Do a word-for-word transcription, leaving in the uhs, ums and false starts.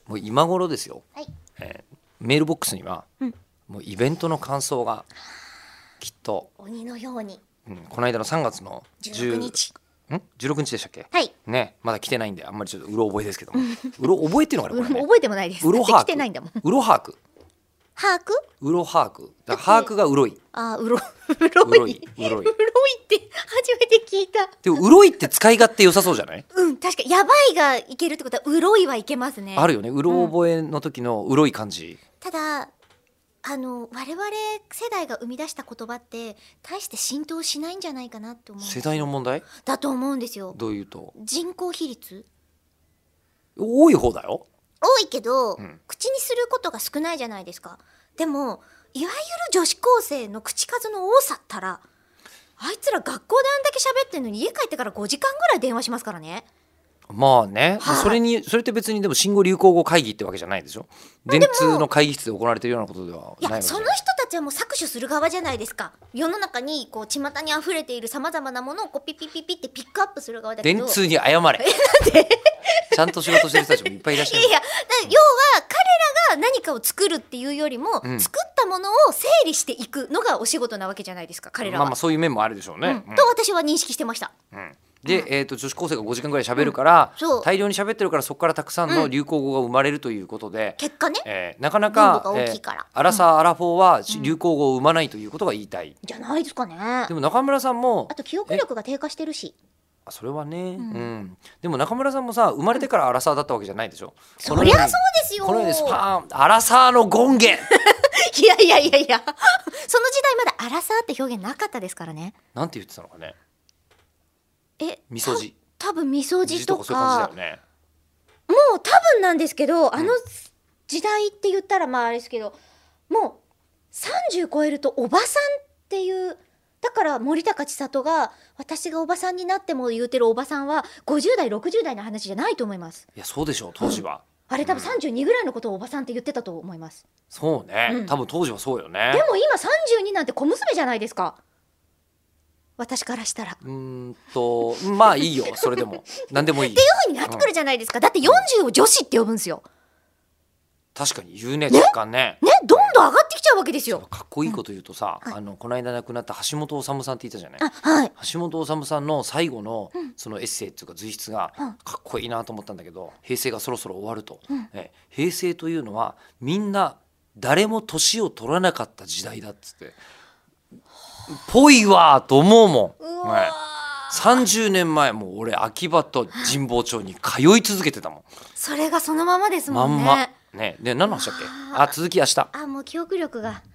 もう今頃ですよ、 はい、 えーメールボックスには、 うん、 もうイベントの感想がきっと、 鬼のようにうん、この間のさんがつのじゅうろくにちんじゅうろくにちでしたっけ、 はいね、まだ来てないんであんまりちょっとうろ覚えですけどもうろ覚えっていうのかなこれね、 覚えてもないです。 うろだって来てないんだもん。 うろはく把握？ うろはくだから把握がうろい、 あー、うろううろろいいうろいうろいって初めて聞いた。 でもうろいって使い勝手良さそうじゃない、 うん確かやばいがいけるってことはうろいはいけますね。 あるよね、うろ覚えの時のうろい感じ、 ただあの我々世代が生み出した言葉って大して浸透しないんじゃないかなって思うんですよ。 世代の問題だと思うんですよ。 どういうと人口比率多い方だよ、 多いけど、 ん口にすることが少ないじゃないですか。でもいわゆる女子高生の口数の多さったらあいつら学校であんだけ喋ってんのに家帰ってからごじかんぐらい電話しますからね。 まあね、 はいそれにそれって別にでも新語・流行語会議ってわけじゃないでしょ、電通の会議室で行われているようなことではないわけじゃない。 いやその人たちはもう搾取する側じゃないですか。世の中にこう巷に溢れているさまざまなものをこうピッピッピッピッってピックアップする側だけど、 電通に謝れちゃんと仕事してる人たちもいっぱいいらっしゃる。 いやいやだから要は彼らが何かを作るっていうよりも、 うん作ったものを整理していくのがお仕事なわけじゃないですか彼らは。 まあまあそういう面もあるでしょうね、 うんと私は認識してました。 うんうんで、えー、と女子高生がごじかんぐらい喋るから、 うんそう大量に喋ってるからそこからたくさんの流行語が生まれるということで、 結果ね、 えーなかなか分母が大きいからえーアラサー・アラフォーは流行語を生まないということが言いたい、 じゃないですかね。 でも中村さんもあと記憶力が低下してるし。 あそれはね、うんでも中村さんもさ生まれてからアラサーだったわけじゃないでしょ、 そりゃそうですよ。 このようにスパーンアラサーの権限いやいやいやいやその時代まだアラサーって表現なかったですからね。 なんて言ってたのかね、 えみそじた多分みそじとかそういう感じだよね。 もう多分なんですけど、あの時代って言ったらまああれですけど、もうさんじゅう超えるとおばさんっていう、だから森高千里が私がおばさんになっても言うてるおばさんはごじゅう代ろくじゅう代の話じゃないと思います。 いやそうでしょう当時は、 あれ多分さんじゅうにぐらいのことをおばさんって言ってたと思います。 そうね、 うん多分当時はそうよね。 でも今さんじゅうになんて小娘じゃないですか、私からしたら。っうーんとまあいいよそれでも何でもいいていう風になってくるじゃないですか。だってよんじゅうを女子って呼ぶんですよ。 確かに言うね若干ねね、どんどん上がってきちゃうわけですよ。 かっこいいこと言うとさ、 うんはいあのこの間亡くなった橋本治さんって言ったじゃない。 あ、はい。 橋本治さんの最後のうんそのエッセイっていうか随筆がうんかっこいいなと思ったんだけど、平成がそろそろ終わると、 うんえ平成というのはみんな誰も年を取らなかった時代だっつってぽいわーと思うもん、 うわーねさんじゅうねんまえもう俺秋葉と神保町に通い続けてたもんそれがそのままですまもんね。 んまねで何の話だっけ、あ続き明日。 あ、もう記憶力が